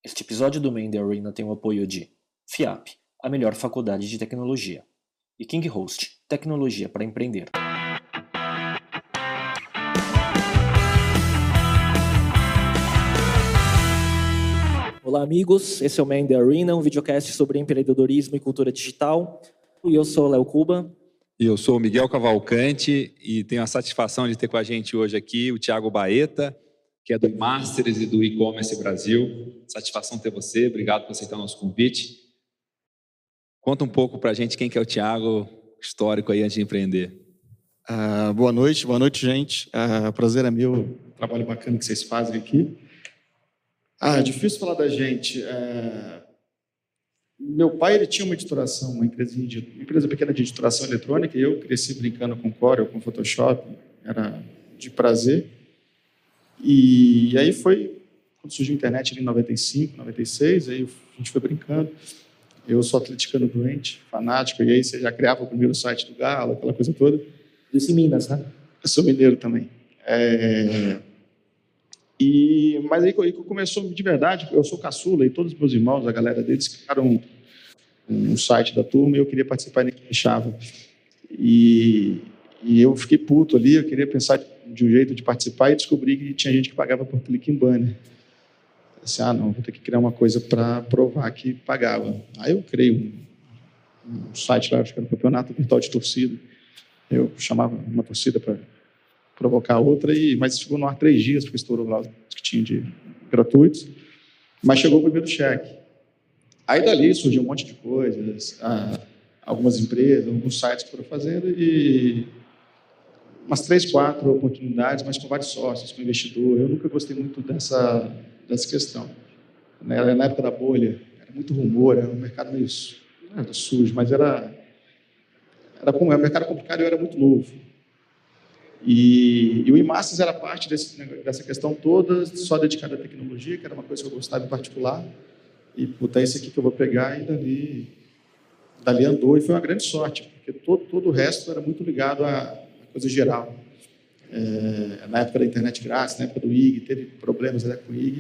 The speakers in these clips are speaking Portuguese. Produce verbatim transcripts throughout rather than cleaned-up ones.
Este episódio do Main The Arena tem o apoio de FIAP, a melhor faculdade de tecnologia, e KingHost, tecnologia para empreender. Olá amigos, esse é o Main The Arena, um videocast sobre empreendedorismo e cultura digital. E eu sou o Léo Cuba. E eu sou o Miguel Cavalcante e tenho a satisfação de ter com a gente hoje aqui o Thiago Baeta, que é do Masters e do E-Commerce Brasil. Satisfação ter você, obrigado por aceitar o nosso convite. Conta um pouco para a gente quem que é o Thiago, histórico aí antes de empreender. Uh, boa noite, boa noite, gente. Uh, prazer é meu, trabalho bacana que vocês fazem aqui. Ah, é difícil falar da gente. Uh, meu pai ele tinha uma editoração, uma empresa, de, uma empresa pequena de editoração eletrônica, e eu cresci brincando com Corel, com Photoshop, era de prazer. E, e aí foi, quando surgiu a internet ali em noventa e cinco, noventa e seis, aí a gente foi brincando. Eu sou atleticano doente, fanático, e aí você já criava o primeiro site do Galo, aquela coisa toda. Isso em Minas, né? Eu sou mineiro também. É... E, mas aí que começou de verdade, eu sou caçula e todos os meus irmãos, a galera deles, criaram um, um site da turma e eu queria participar e ninguém deixava. E, e eu fiquei puto ali, eu queria pensar de um jeito de participar e descobri que tinha gente que pagava por clique em banner. Eu disse, ah, não, vou ter que criar uma coisa para provar que pagava. Aí eu criei um, um site lá, acho que era o Campeonato Virtual de Torcida. Eu chamava uma torcida para provocar outra, e, mas ficou no ar três dias, porque estourou lá os que tinha de gratuitos. Mas chegou o primeiro cheque. Aí dali surgiu um monte de coisas, ah, algumas empresas, alguns sites que foram fazendo, e umas três, quatro oportunidades, mas com vários sócios, com investidor. Eu nunca gostei muito dessa, dessa questão. Na época da bolha, era muito rumor, era um mercado meio não era sujo, mas era, era, era um mercado complicado e eu era muito novo. E, e o eMasters era parte desse, dessa questão toda, só dedicada à tecnologia, que era uma coisa que eu gostava em particular. E, puta, é esse aqui que eu vou pegar, e dali, dali andou. E foi uma grande sorte, porque todo, todo o resto era muito ligado à coisa geral. É, na época da internet grátis, na época do I G, teve problemas né, com o I G,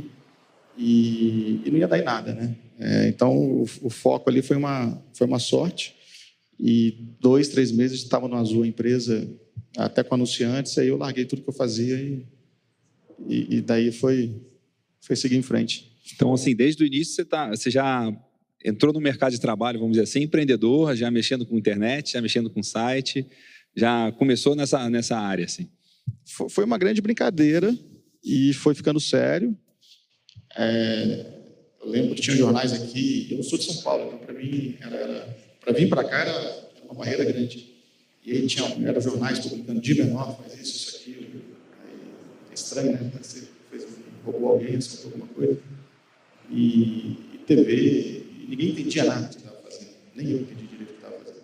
e, e não ia dar em nada, né? É, então, o, o foco ali foi uma, foi uma sorte. E dois, três meses estava no azul a empresa, até com anunciantes, aí eu larguei tudo que eu fazia e, e, e daí foi, foi seguir em frente. Então, assim, desde o início você, tá, você já entrou no mercado de trabalho, vamos dizer assim, empreendedor, já mexendo com internet, já mexendo com site, já começou nessa, nessa área, assim? Foi uma grande brincadeira e foi ficando sério. É, eu lembro que tinha jornais aqui, eu sou de São Paulo, então para mim, era, era, para vir para cá era uma barreira grande. E aí tinha, era jornais publicando de menor, faz isso, isso, aquilo. Aí, é estranho, né? Você fez, roubou alguém, assaltou alguma coisa. E, e T V, e ninguém entendia nada do que estava fazendo. Nem eu entendi direito o que estava fazendo.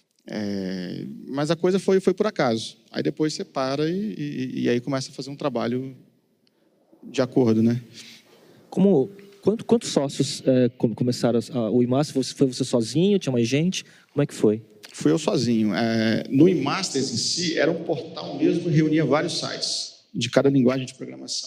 É, mas a coisa foi, foi por acaso. Aí depois você para e, e, e aí começa a fazer um trabalho de acordo, né? Como, quanto, quantos sócios é, começaram a, o eMasters? Foi você sozinho? Tinha mais gente? Como é que foi? Fui eu sozinho. É, no eMasters em si, era um portal mesmo que reunia vários sites de cada linguagem de programação.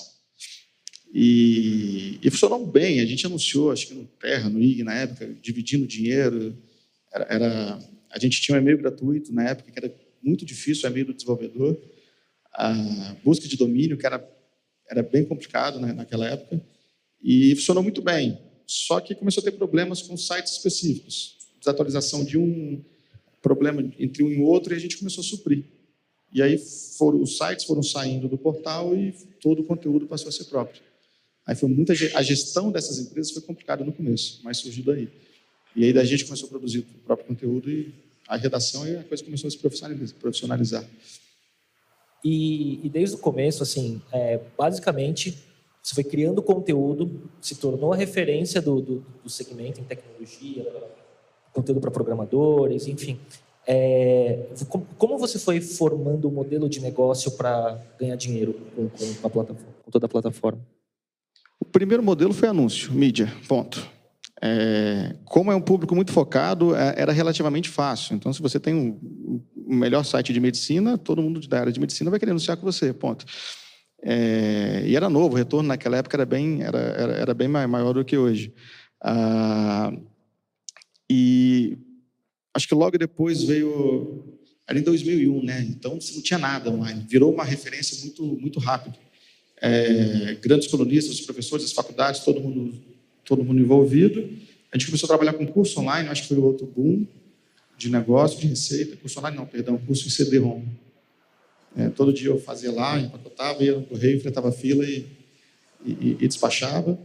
E, e funcionou bem. A gente anunciou, acho que no Terra, no I G, na época, dividindo dinheiro. Era, era, a gente tinha um e-mail gratuito, na época, que era muito difícil, o e-mail do desenvolvedor. A busca de domínio, que era, era bem complicado né, naquela época. E funcionou muito bem. Só que começou a ter problemas com sites específicos. Desatualização de um... problema entre um e outro, e a gente começou a suprir. E aí foram, os sites foram saindo do portal e todo o conteúdo passou a ser próprio. Aí foi muita a gestão dessas empresas foi complicada no começo, mas surgiu daí. E aí da gente começou a produzir o próprio conteúdo e a redação, e a coisa começou a se profissionalizar. E, e desde o começo, assim, é, basicamente, você foi criando conteúdo, se tornou a referência do, do, do segmento em tecnologia, conteúdo para programadores, enfim. É, como você foi formando o um modelo de negócio para ganhar dinheiro com, com, a plataforma, com toda a plataforma? O primeiro modelo foi anúncio, mídia, ponto. É, como é um público muito focado, é, era relativamente fácil. Então, se você tem um, um melhor site de medicina, todo mundo da área de medicina vai querer anunciar com você, ponto. É, e era novo, o retorno naquela época era bem, era, era, era bem maior do que hoje. Ah, e acho que logo depois veio... Era em dois mil e um, né? Então, não tinha nada online. Virou uma referência muito, muito rápido. É, grandes colunistas, os professores, as faculdades, todo mundo, todo mundo envolvido. A gente começou a trabalhar com curso online, acho que foi o outro boom de negócio, de receita. Curso online não, perdão, curso em C D-ROM. É, todo dia eu fazia lá, empacotava, ia no correio, enfrentava fila e, e, e despachava.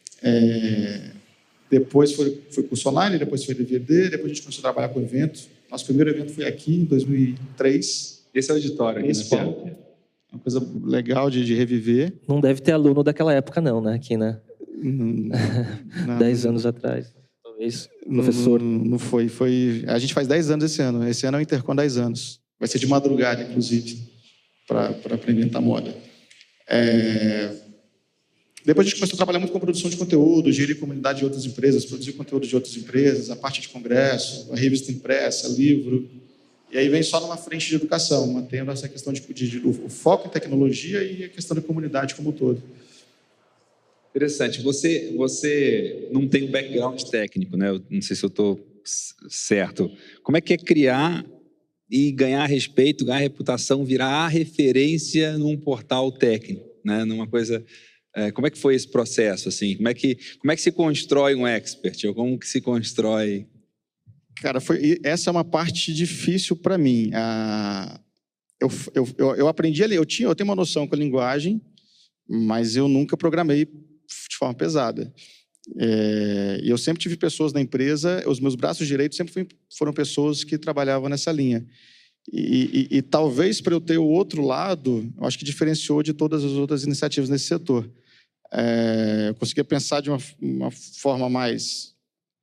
É, depois foi, foi curso online, depois foi D V D, depois a gente começou a trabalhar com evento. Nosso primeiro evento foi aqui, em dois mil e três. Esse é o auditório aqui, Esse né? palco. É uma coisa legal de, de reviver. Não deve ter aluno daquela época, não, né? Aqui, né? Não, não, Dez anos atrás, talvez. Professor. Não, não foi, foi... A gente faz dez anos esse ano. Esse ano é o Intercom dez anos. Vai ser de madrugada, inclusive, para inventar moda. É... Depois a gente começou a trabalhar muito com produção de conteúdo, gerir comunidade de outras empresas, produzir conteúdo de outras empresas, a parte de congresso, a revista impressa, livro. E aí vem só numa frente de educação, mantendo essa questão de, de, de o foco em tecnologia e a questão da comunidade como um todo. Interessante. Você, você não tem um background técnico, né? Eu não sei se eu estou certo. Como é que é criar e ganhar respeito, ganhar reputação, virar a referência num portal técnico, né? Numa coisa... É, como é que foi esse processo, assim? Como é que, como é que se constrói um expert? Ou como que se constrói... Cara, foi, essa é uma parte difícil para mim. Ah, eu, eu, eu, eu aprendi ali, eu, tinha, eu tenho uma noção com a linguagem, mas eu nunca programei de forma pesada. É, e eu sempre tive pessoas na empresa, os meus braços direitos sempre fui, foram pessoas que trabalhavam nessa linha. E, e, e talvez para eu ter o outro lado, eu acho que diferenciou de todas as outras iniciativas nesse setor. É, eu conseguia pensar de uma, uma forma mais...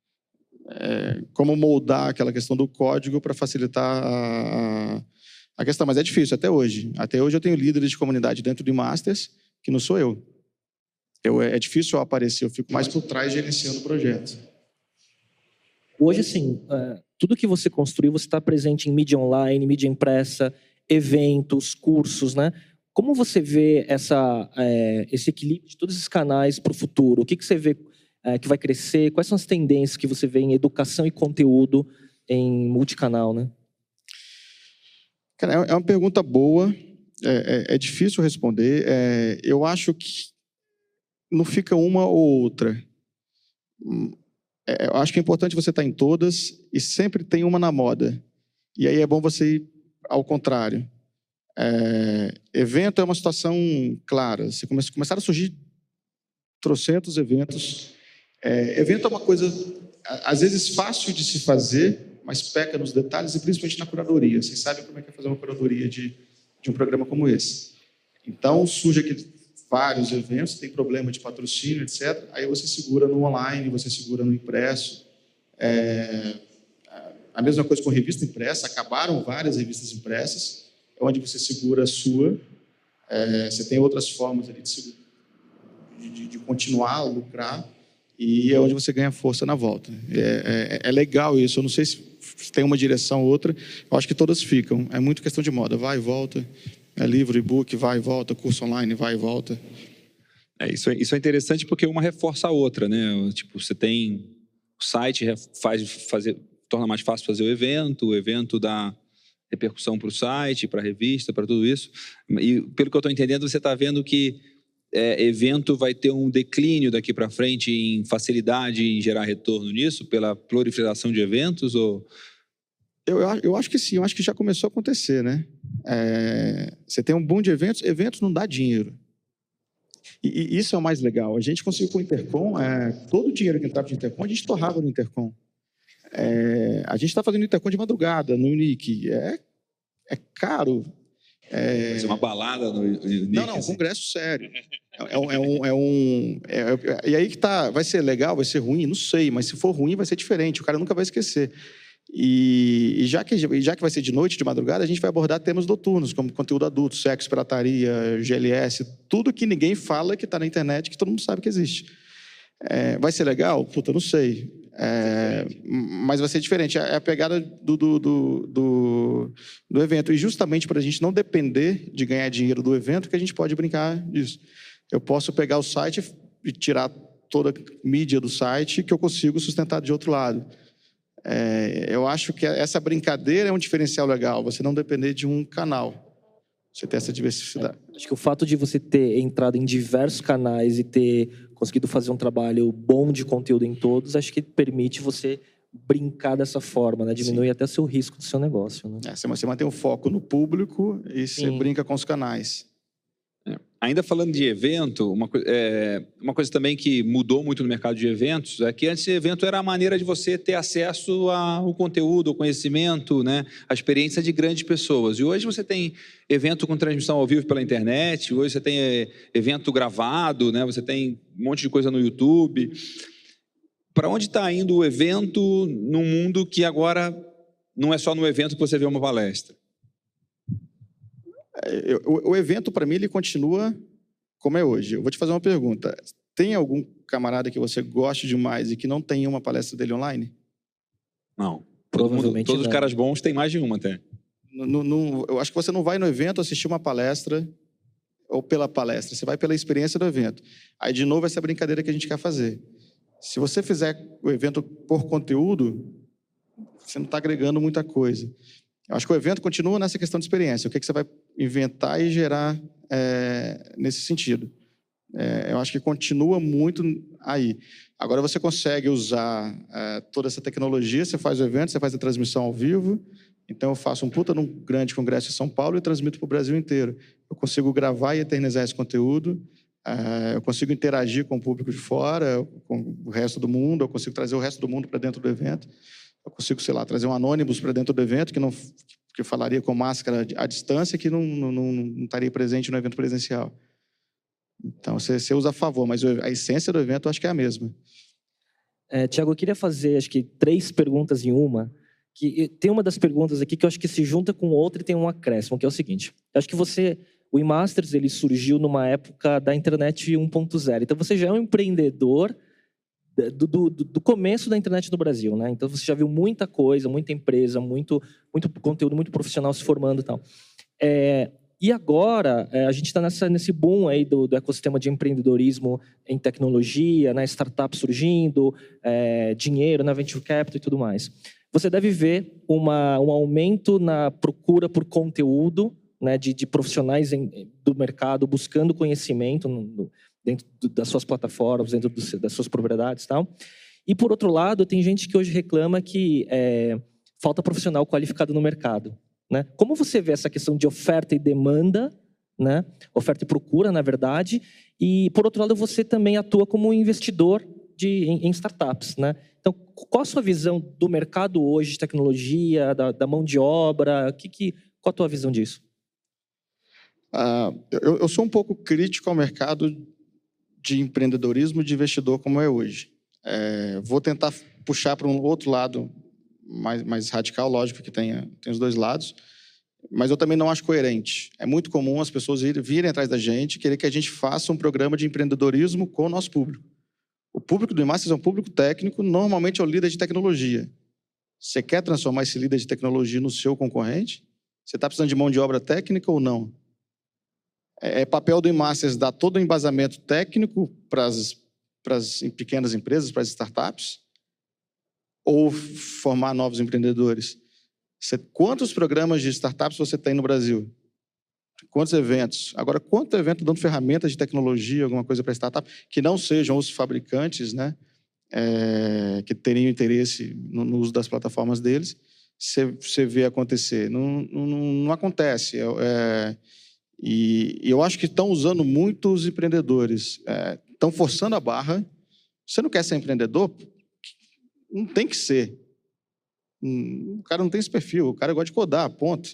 É, como moldar aquela questão do código para facilitar a, a questão. Mas é difícil até hoje. Até hoje eu tenho líderes de comunidade dentro de Masters, que não sou eu. eu é difícil eu aparecer, eu fico mais por trás gerenciando o projeto. Hoje, assim, é, tudo que você construiu, você está presente em mídia online, mídia impressa, eventos, cursos, né? Como você vê essa, é, esse equilíbrio de todos esses canais para o futuro? O que, que você vê é, que vai crescer? Quais são as tendências que você vê em educação e conteúdo em multicanal, né? Cara, é uma pergunta boa, é, é, é difícil responder. É, eu acho que não fica uma ou outra. É, eu acho que é importante você estar em todas e sempre tem uma na moda. E aí é bom você ir ao contrário. É, evento é uma situação clara. Você come, começaram a surgir trocentos eventos. É, evento é uma coisa, às vezes, fácil de se fazer, mas peca nos detalhes e principalmente na curadoria. Vocês sabem como é que é fazer uma curadoria de, de um programa como esse. Então, surge aqui vários eventos, tem problema de patrocínio, etcétera. Aí você segura no online, você segura no impresso. É, a mesma coisa com revista impressa. Acabaram várias revistas impressas, onde você segura a sua. É, você tem outras formas ali de, de, de continuar a lucrar, e é onde você ganha força na volta. É, é, é legal isso. Eu não sei se tem uma direção ou outra. Eu acho que todas ficam. É muito questão de moda. Vai e volta. É livro, e-book, vai e volta. Curso online, vai e volta. É, isso, é, isso é interessante porque uma reforça a outra, né? Tipo, você tem o site, faz, fazer, torna mais fácil fazer o evento, o evento dá repercussão para o site, para a revista, para tudo isso. E pelo que eu estou entendendo, você está vendo que é, evento vai ter um declínio daqui para frente em facilidade em gerar retorno nisso, pela proliferação de eventos? Ou... Eu, eu acho que sim, eu acho que já começou a acontecer, né? É, você tem um boom de eventos, eventos não dá dinheiro. E, e isso é o mais legal. A gente conseguiu com o Intercom, é, todo o dinheiro que entrava de Intercom, a gente torrava no Intercom. É, a gente está fazendo Intercom de madrugada, no Unique. É, é caro. É... Fazer uma balada no Unique? Não, não, um congresso sério. É, é um... É um, é um é, é, e aí que tá, vai ser legal, vai ser ruim? Não sei, mas se for ruim vai ser diferente, o cara nunca vai esquecer. E, e já, que, já que vai ser de noite, de madrugada, a gente vai abordar temas noturnos, como conteúdo adulto, sexo, pirataria, G L S, tudo que ninguém fala que está na internet, que todo mundo sabe que existe. É, vai ser legal? Puta, não sei. É, mas vai ser diferente. É a pegada do, do, do, do, do evento. E justamente para a gente não depender de ganhar dinheiro do evento, que a gente pode brincar disso. Eu posso pegar o site e tirar toda a mídia do site que eu consigo sustentar de outro lado. É, eu acho que essa brincadeira é um diferencial legal. Você não depender de um canal. Você ter essa diversidade. É, acho que o fato de você ter entrado em diversos canais e ter conseguido fazer um trabalho bom de conteúdo em todos, acho que permite você brincar dessa forma, né? Diminui Sim. até o seu risco do seu negócio, né? É, você mantém o foco no público e você Sim. brinca com os canais. É. Ainda falando de evento, uma, é, uma coisa também que mudou muito no mercado de eventos é que antes de evento era a maneira de você ter acesso ao conteúdo, ao conhecimento, né, a experiência de grandes pessoas. E hoje você tem evento com transmissão ao vivo pela internet, hoje você tem é, evento gravado, né, você tem um monte de coisa no YouTube. Para onde está indo o evento num mundo que agora não é só no evento que você vê uma palestra? O, o evento, para mim, ele continua como é hoje. Eu vou te fazer uma pergunta. Tem algum camarada que você goste demais e que não tenha uma palestra dele online? Não. Provavelmente Todos não. Os caras bons têm mais de uma até. No, no, eu acho que você não vai no evento assistir uma palestra ou pela palestra. Você vai pela experiência do evento. Aí, de novo, essa brincadeira que a gente quer fazer. Se você fizer o evento por conteúdo, você não está agregando muita coisa. Eu acho que o evento continua nessa questão de experiência. O que, que você vai inventar e gerar é, nesse sentido? É, eu acho que continua muito aí. Agora você consegue usar é, toda essa tecnologia, você faz o evento, você faz a transmissão ao vivo. Então eu faço um puta num grande congresso em São Paulo e transmito para o Brasil inteiro. Eu consigo gravar e eternizar esse conteúdo. É, eu consigo interagir com o público de fora, com o resto do mundo. Eu consigo trazer o resto do mundo para dentro do evento. Eu consigo, sei lá, trazer um Anonymous para dentro do evento que não que falaria com máscara à distância que não, não, não, não estaria presente no evento presencial. Então, você, você usa a favor, mas a essência do evento eu acho que é a mesma. É, Tiago, eu queria fazer, acho que, três perguntas em uma. Que tem uma das perguntas aqui que eu acho que se junta com outra e tem um acréscimo, que é o seguinte. Eu acho que você... O eMasters, ele surgiu numa época da internet um ponto zero. Então, você já é um empreendedor Do, do, do começo da internet no Brasil, né? Então você já viu muita coisa, muita empresa, muito, muito conteúdo, muito profissional se formando e tal. É, e agora é, a gente está nesse boom aí do, do ecossistema de empreendedorismo em tecnologia, né? Startup surgindo, é, dinheiro, né? Venture capital e tudo mais. Você deve ver uma, um aumento na procura por conteúdo, né? De, de profissionais em, do mercado buscando conhecimento no, no, dentro das suas plataformas, dentro das suas propriedades e tal. E, por outro lado, tem gente que hoje reclama que é, falta profissional qualificado no mercado, né? Como você vê essa questão de oferta e demanda, né? Oferta e procura, na verdade, e, por outro lado, você também atua como investidor de, em, em startups, né? Então, qual a sua visão do mercado hoje, de tecnologia, da, da mão de obra? Que, que, qual a tua visão disso? Ah, eu, eu sou um pouco crítico ao mercado de empreendedorismo de investidor como é hoje. É, vou tentar puxar para um outro lado mais, mais radical, lógico que tem, tem os dois lados, mas eu também não acho coerente. É muito comum as pessoas virem, virem atrás da gente e querer que a gente faça um programa de empreendedorismo com o nosso público. O público do eMasters é um público técnico, normalmente é o líder de tecnologia. Você quer transformar esse líder de tecnologia no seu concorrente? Você está precisando de mão de obra técnica ou não? É papel do eMasters dar todo o embasamento técnico para as, para as pequenas empresas, para as startups? Ou formar novos empreendedores? Você, quantos programas de startups você tem no Brasil? Quantos eventos? Agora, quanto evento dando ferramentas de tecnologia, alguma coisa para startup, que não sejam os fabricantes, né, é, que teriam interesse no, no uso das plataformas deles, você, você vê acontecer? Não, não, não acontece. É... é E eu acho que estão usando muito os empreendedores. É, estão forçando a barra. Você não quer ser empreendedor? Não tem que ser. O cara não tem esse perfil. O cara gosta de codar, ponto.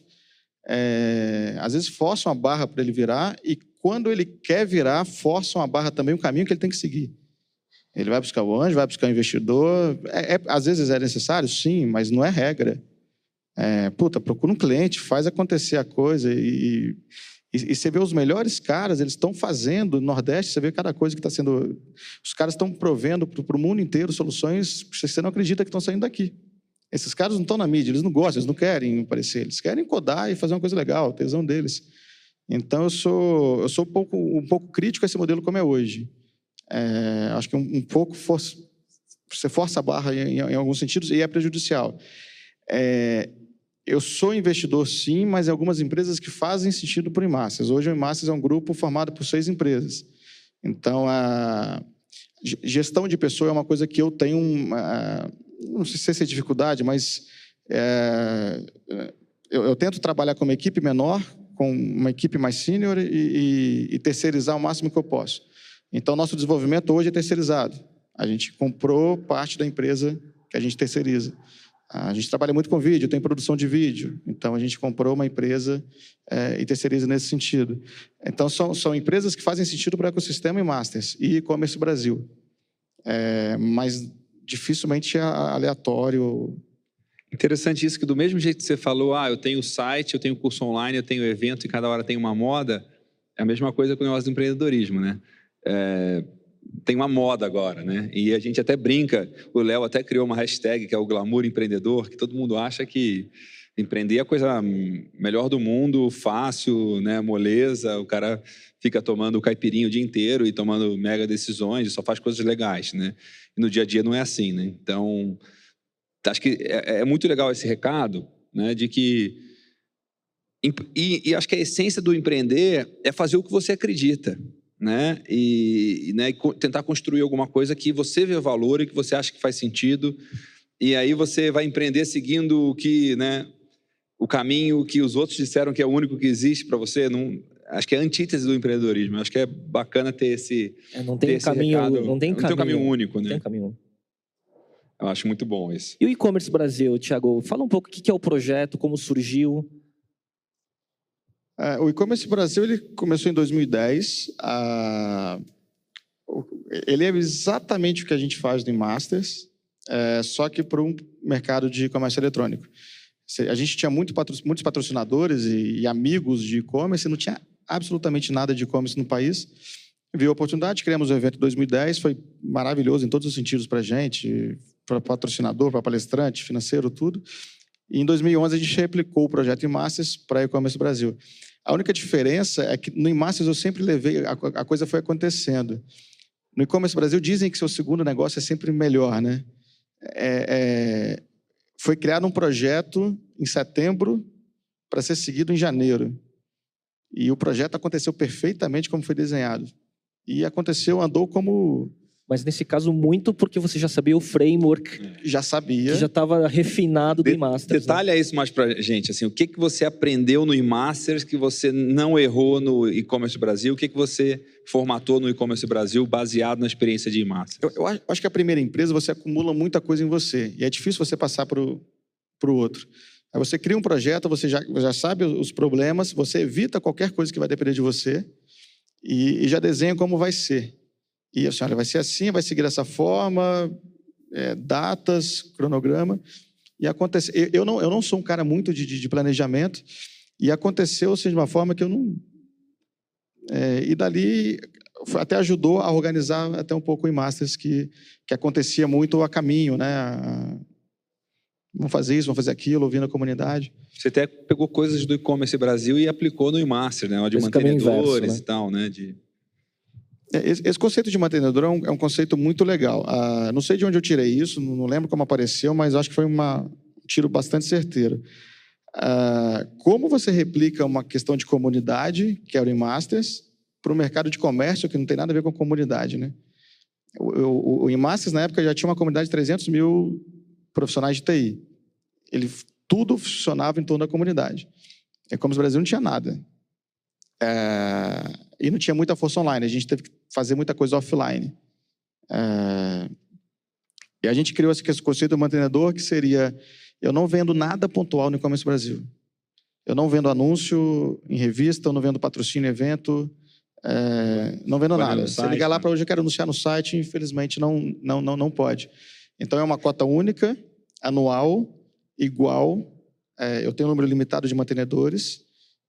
É, às vezes forçam a barra para ele virar e quando ele quer virar, forçam a barra também o caminho que ele tem que seguir. Ele vai buscar o anjo, vai buscar o investidor. É, é, às vezes é necessário, sim, mas não é regra. É, puta, procura um cliente, faz acontecer a coisa e... E, e você vê os melhores caras, eles estão fazendo, no Nordeste, você vê cada coisa que está sendo... Os caras estão provendo para o mundo inteiro soluções que você não acredita que estão saindo daqui. Esses caras não estão na mídia, eles não gostam, eles não querem aparecer, eles querem codar e fazer uma coisa legal, o tesão deles. Então, eu sou, eu sou um, pouco, um pouco crítico a esse modelo como é hoje. É, acho que um, um pouco for, você força a barra em, em alguns sentidos e é prejudicial. É, eu sou investidor, sim, mas em algumas empresas que fazem sentido para o Imasters. Hoje, o Imasters é um grupo formado por seis empresas. Então, a gestão de pessoa é uma coisa que eu tenho, uma, não sei se é dificuldade, mas é, eu, eu tento trabalhar com uma equipe menor, com uma equipe mais sênior e, e, e terceirizar o máximo que eu posso. Então, nosso desenvolvimento hoje é terceirizado. A gente comprou parte da empresa que a gente terceiriza. A gente trabalha muito com vídeo, tem produção de vídeo. Então, a gente comprou uma empresa é, e terceiriza nesse sentido. Então, são, são empresas que fazem sentido para o ecossistema Imasters e e-commerce Brasil. É, mas dificilmente é aleatório. Interessante isso, que do mesmo jeito que você falou, ah, eu tenho site, eu tenho curso online, eu tenho evento e cada hora tem uma moda, é a mesma coisa com o negócio do empreendedorismo, né? É, tem uma moda agora, né? E a gente até brinca, o Léo até criou uma hashtag que é o glamour empreendedor, que todo mundo acha que empreender é a coisa melhor do mundo, fácil, né? Moleza, o cara fica tomando caipirinho o dia inteiro e tomando mega decisões e só faz coisas legais, né? E no dia a dia não é assim, né? Então, acho que é, é muito legal esse recado, né? De que... E, e acho que a essência do empreender é fazer o que você acredita, né? E, e né, tentar construir alguma coisa que você vê valor e que você acha que faz sentido, e aí você vai empreender seguindo o que, né, o caminho que os outros disseram que é o único que existe para você. Não, acho que é a antítese do empreendedorismo. Acho que é bacana ter esse, é, não tem ter esse caminho, recado. Não tem, não caminho, tem um caminho único, né? Não tem caminho. Eu acho muito bom isso. E o e-commerce Brasil, Thiago? Fala um pouco o que é o projeto, como surgiu. É, o e-commerce Brasil ele começou em dois mil e dez. A... Ele é exatamente o que a gente faz no Imasters, é, só que para um mercado de comércio eletrônico. A gente tinha muito patro... muitos patrocinadores e, e amigos de e-commerce, e não tinha absolutamente nada de e-commerce no país. Viu a oportunidade, criamos o evento em dois mil e dez, foi maravilhoso em todos os sentidos para a gente, para patrocinador, para palestrante, financeiro, tudo. E em dois mil e onze a gente replicou o projeto Imasters para e-commerce Brasil. A única diferença é que no Imasters eu sempre levei, a, a coisa foi acontecendo. No e-commerce Brasil dizem que seu segundo negócio é sempre melhor, né? É, é, foi criado um projeto em setembro para ser seguido em janeiro. E o projeto aconteceu perfeitamente como foi desenhado. E aconteceu, andou como... Mas nesse caso muito porque você já sabia o framework. Já sabia. Que já estava refinado do De, Imasters. Detalha, né? Isso mais pra gente. Assim, o que, que você aprendeu no Imasters que você não errou no e-commerce Brasil? O que, que você formatou no e-commerce Brasil baseado na experiência de Imasters? Eu, eu acho que a primeira empresa você acumula muita coisa em você. E é difícil você passar para o outro. Aí você cria um projeto, você já, já sabe os problemas, você evita qualquer coisa que vai depender de você e, e já desenha como vai ser. E a senhora vai ser assim, vai seguir dessa forma, é, datas, cronograma. E acontece. Eu, eu, não, eu não sou um cara muito de, de planejamento, e aconteceu assim, de uma forma que eu não. É, e dali até ajudou a organizar até um pouco o Imasters, que, que acontecia muito a caminho, né? A, vamos fazer isso, vamos fazer aquilo, ouvindo a comunidade. Você até pegou coisas do e-commerce Brasil e aplicou no Imasters, né? De Esse mantenedores inverso, né? e tal, né? De... Esse, esse conceito de mantenedor é um, é um conceito muito legal. Ah, não sei de onde eu tirei isso, não, não lembro como apareceu, mas acho que foi uma, um tiro bastante certeiro. Ah, como você replica uma questão de comunidade, que era o Imasters, para o mercado de comércio, que não tem nada a ver com comunidade, né? O, o, o Imasters, na época, já tinha uma comunidade de trezentos mil profissionais de T I. Ele, tudo funcionava em torno da comunidade. É como se o Brasil não tinha nada. É, e não tinha muita força online, a gente teve que fazer muita coisa offline. É, e a gente criou esse conceito do mantenedor, que seria: eu não vendo nada pontual no e-commerce Brasil. Eu não vendo anúncio em revista, eu não vendo patrocínio em evento, é, não vendo Vai nada. Se site, ligar lá né? para hoje, eu quero anunciar no site, infelizmente não, não, não, não pode. Então é uma cota única, anual, igual. É, eu tenho um número limitado de mantenedores.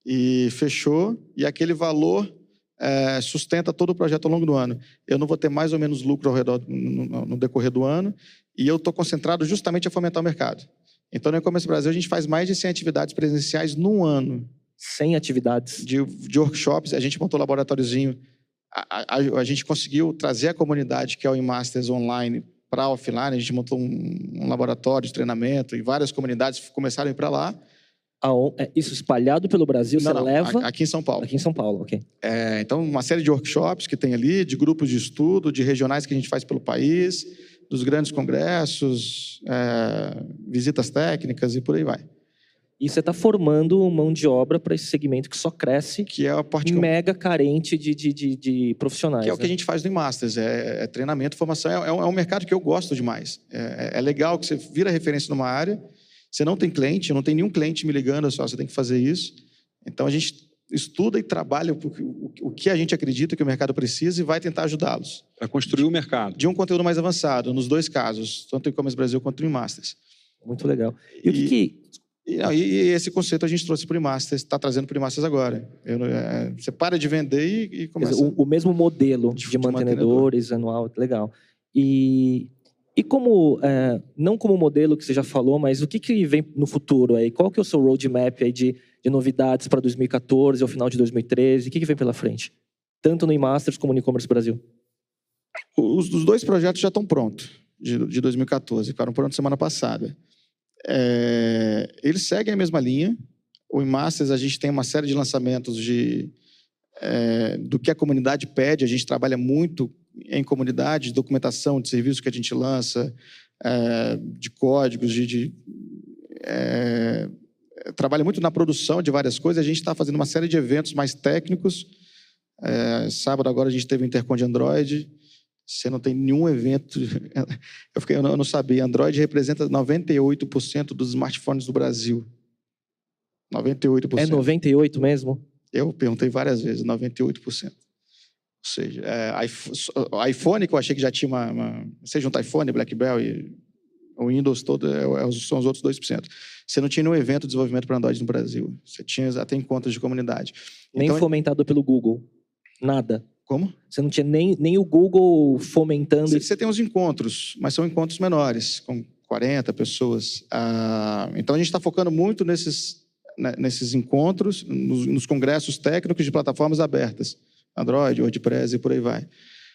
e fechou, e aquele valor é, sustenta todo o projeto ao longo do ano. Eu não vou ter mais ou menos lucro ao redor, no, no decorrer do ano, e eu estou concentrado justamente a fomentar o mercado. Então, no E-Commerce Brasil, a gente faz mais de cem atividades presenciais no ano. cem atividades? De, de workshops, a gente montou um laboratóriozinho, a, a, a gente conseguiu trazer a comunidade, que é o eMasters Online, para offline, a gente montou um, um laboratório de treinamento, e várias comunidades começaram a ir para lá. Isso espalhado pelo Brasil, não, você não, leva... Aqui em São Paulo. Aqui em São Paulo, ok. É, então, uma série de workshops que tem ali, de grupos de estudo, de regionais que a gente faz pelo país, dos grandes congressos, é, visitas técnicas e por aí vai. E você está formando mão de obra para esse segmento que só cresce, que é a parte mega que eu... carente de, de, de, de profissionais. Que é né? o que a gente faz no eMasters, é, é treinamento, formação, é, é, um, é um mercado que eu gosto demais. É, é legal que você vira referência numa área, você não tem cliente, não tem nenhum cliente me ligando, só você tem que fazer isso. Então a gente estuda e trabalha o, o, o que a gente acredita que o mercado precisa e vai tentar ajudá-los. Para construir o mercado. De um conteúdo mais avançado, nos dois casos, tanto o E-Commerce Brasil quanto o eMasters. Muito legal. E, e o que... que... E, não, e esse conceito a gente trouxe para o eMasters, está trazendo para o eMasters agora. Eu, é, você para de vender e, e começa... O, o mesmo modelo de, de mantenedores, mantenedor. anual, legal. E, e como, é, não como modelo que você já falou, mas o que, que vem no futuro aí? Qual que é o seu roadmap aí de, de novidades para dois mil e quatorze, ao final de dois mil e treze? O que, que vem pela frente? Tanto no eMasters como no E-Commerce Brasil. Os, os dois projetos já estão prontos, de, de dois mil e quatorze, ficaram prontos semana passada. É, eles seguem a mesma linha. O eMasters, a gente tem uma série de lançamentos de, é, do que a comunidade pede. A gente trabalha muito em comunidade, de documentação de serviços que a gente lança, é, de códigos, de, de é, trabalha muito na produção de várias coisas. A gente está fazendo uma série de eventos mais técnicos. É, sábado agora a gente teve o Intercom de Android. Você não tem nenhum evento... Eu, fiquei, eu não sabia. Android representa noventa e oito por cento dos smartphones do Brasil. noventa e oito por cento. É noventa e oito por cento mesmo? Eu perguntei várias vezes, noventa e oito por cento. Ou seja, é, iPhone, que eu achei que já tinha uma... uma você junta iPhone, BlackBerry, o Windows todo, é, são os outros dois por cento. Você não tinha nenhum evento de desenvolvimento para Android no Brasil. Você tinha até encontros de comunidade. Nem então, fomentado pelo Google. Nada. Como? Você não tinha nem, nem o Google fomentando... Você, você tem uns encontros, mas são encontros menores, com quarenta pessoas. Ah, então, a gente está focando muito nesses, né, nesses encontros, nos, nos congressos técnicos de plataformas abertas. Android, WordPress e por aí vai.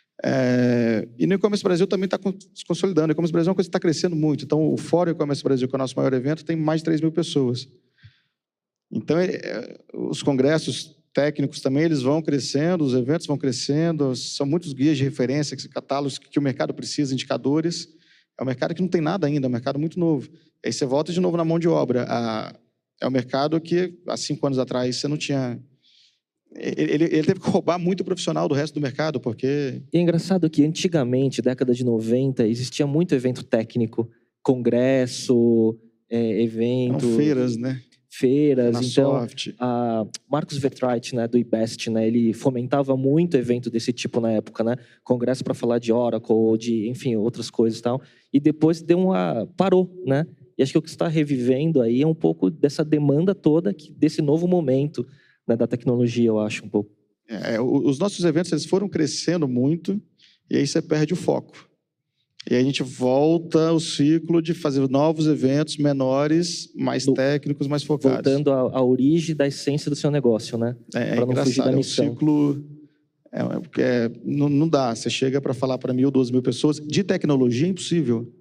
É, e no E-Commerce Brasil também está se consolidando. O E-Commerce Brasil é uma coisa que está crescendo muito. Então, o Fórum E-Commerce Brasil, que é o nosso maior evento, tem mais de três mil pessoas. Então, é, os congressos técnicos também, eles vão crescendo, os eventos vão crescendo, são muitos guias de referência, catálogos que o mercado precisa, indicadores. É um mercado que não tem nada ainda, é um mercado muito novo. Aí você volta de novo na mão de obra. A, é um mercado que, há cinco anos atrás, você não tinha... Ele, ele teve que roubar muito profissional do resto do mercado, porque... E é engraçado que, antigamente, década de noventa, existia muito evento técnico, congresso, é, evento... Eram feiras, né? Feiras, Na então Soft. a Marcos Vetrite, né, do iBest, né, ele fomentava muito evento desse tipo na época, né, congresso para falar de Oracle, de, enfim, outras coisas e tal, e depois deu uma parou, né, e acho que o que está revivendo aí é um pouco dessa demanda toda, que, desse novo momento, né, da tecnologia, eu acho um pouco. É, os nossos eventos, eles foram crescendo muito, e aí você perde o foco. E aí a gente volta ao ciclo de fazer novos eventos menores, mais do, técnicos, mais focados. Voltando à, à origem da essência do seu negócio, né? É, é engraçado, é um ciclo... É, é, não, não dá, você chega para falar para mil, duas mil pessoas. De tecnologia é impossível.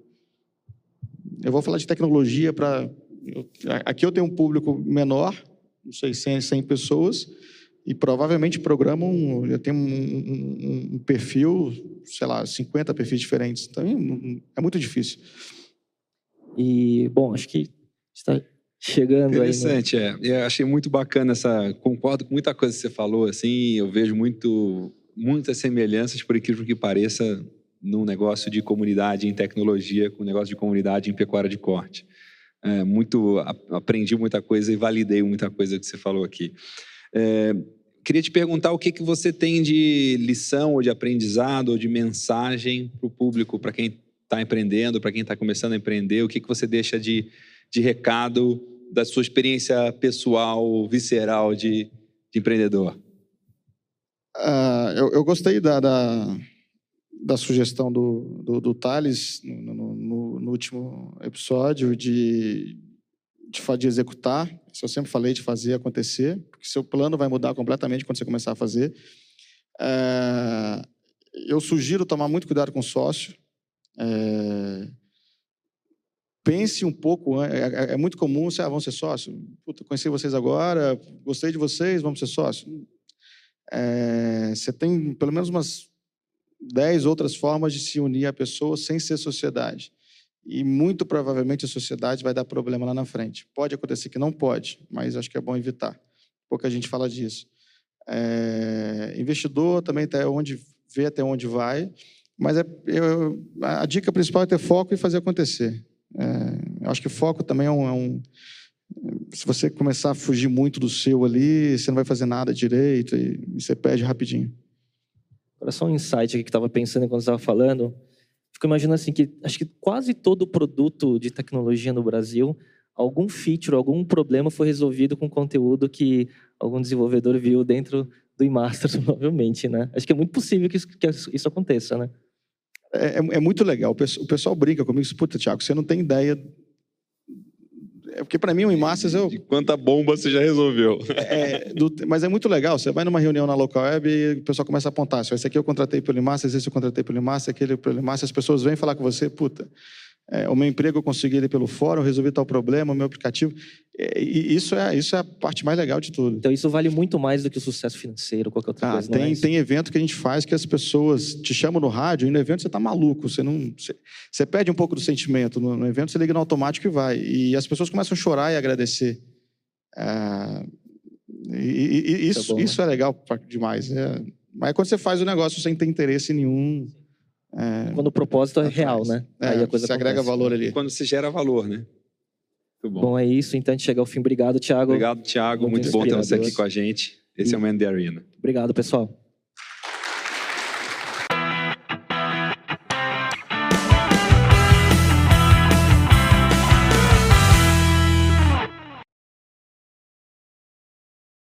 Eu vou falar de tecnologia para... Aqui eu tenho um público menor, não sei, cem, cem pessoas, e provavelmente programam, eu tenho um, um, um perfil, sei lá, cinquenta perfis diferentes. Então, é muito difícil. E, bom, acho que está chegando Interessante, aí. Interessante, né? é. Eu achei muito bacana essa... Concordo com muita coisa que você falou, assim, eu vejo muito, muitas semelhanças, por incrível que pareça, num negócio de comunidade em tecnologia com um negócio de comunidade em pecuária de corte. É, muito, aprendi muita coisa e validei muita coisa que você falou aqui. É, queria te perguntar o que, que você tem de lição ou de aprendizado ou de mensagem para o público, para quem está empreendendo, para quem está começando a empreender, o que, que você deixa de, de recado da sua experiência pessoal, visceral de, de empreendedor? Uh, eu, eu gostei da, da, da sugestão do, do, do Thales no, no, no último episódio de, de, de executar. Isso eu sempre falei, de fazer acontecer, porque seu plano vai mudar completamente quando você começar a fazer. Uh, eu sugiro tomar muito cuidado com o sócio. Uh, pense um pouco, é, é, é muito comum, você, ah, vamos ser sócio? Puta, conheci vocês agora, gostei de vocês, vamos ser sócio? É, você tem pelo menos umas dez outras formas de se unir à pessoa sem ser sociedade. E muito provavelmente a sociedade vai dar problema lá na frente. Pode acontecer que não pode, mas acho que é bom evitar. Pouca gente fala disso. É, investidor também até onde, vê até onde vai, mas é, eu, a dica principal é ter foco e fazer acontecer. É, eu acho que foco também é um, é um... Se você começar a fugir muito do seu ali, você não vai fazer nada direito e, e você perde rapidinho. Agora só um insight aqui que eu estava pensando enquanto você estava falando. Fico imaginando assim que acho que quase todo produto de tecnologia no Brasil, algum feature, algum problema foi resolvido com conteúdo que algum desenvolvedor viu dentro do eMasters, provavelmente, né? Acho que é muito possível que isso, que isso aconteça, né? É, é, é muito legal. O pessoal brinca comigo, puta, Thiago, você não tem ideia. É porque para mim o eMasters eu... De quanta bomba você já resolveu. É, do, mas é muito legal. Você vai numa reunião na Local Web e o pessoal começa a apontar. Esse aqui eu contratei pelo eMasters, esse eu contratei pelo eMasters, aquele pelo eMasters. As pessoas vêm falar com você, puta, é, o meu emprego eu consegui ele pelo fórum, eu resolvi tal problema, o meu aplicativo. É, e isso é, isso é a parte mais legal de tudo. Então isso vale muito mais do que o sucesso financeiro, qualquer outra ah, coisa. Tem, não é tem evento que a gente faz que as pessoas te chamam no rádio e no evento você está maluco. Você, não, você, você perde um pouco do sentimento. No, no evento você liga no automático e vai. E as pessoas começam a chorar e agradecer. É, e, e, e isso, isso, é, bom, isso né? é legal demais. É, mas quando você faz o negócio sem ter interesse nenhum... É, quando o propósito é real, né? É, Aí a coisa você agrega acontece, valor né? ali. Quando se gera valor, né? Muito bom. Bom, é isso. Então a gente chega ao fim. Obrigado, Thiago. Obrigado, Thiago. Muito, muito bom ter você aqui com a gente. Esse e... é o Man the Arena. Obrigado, pessoal.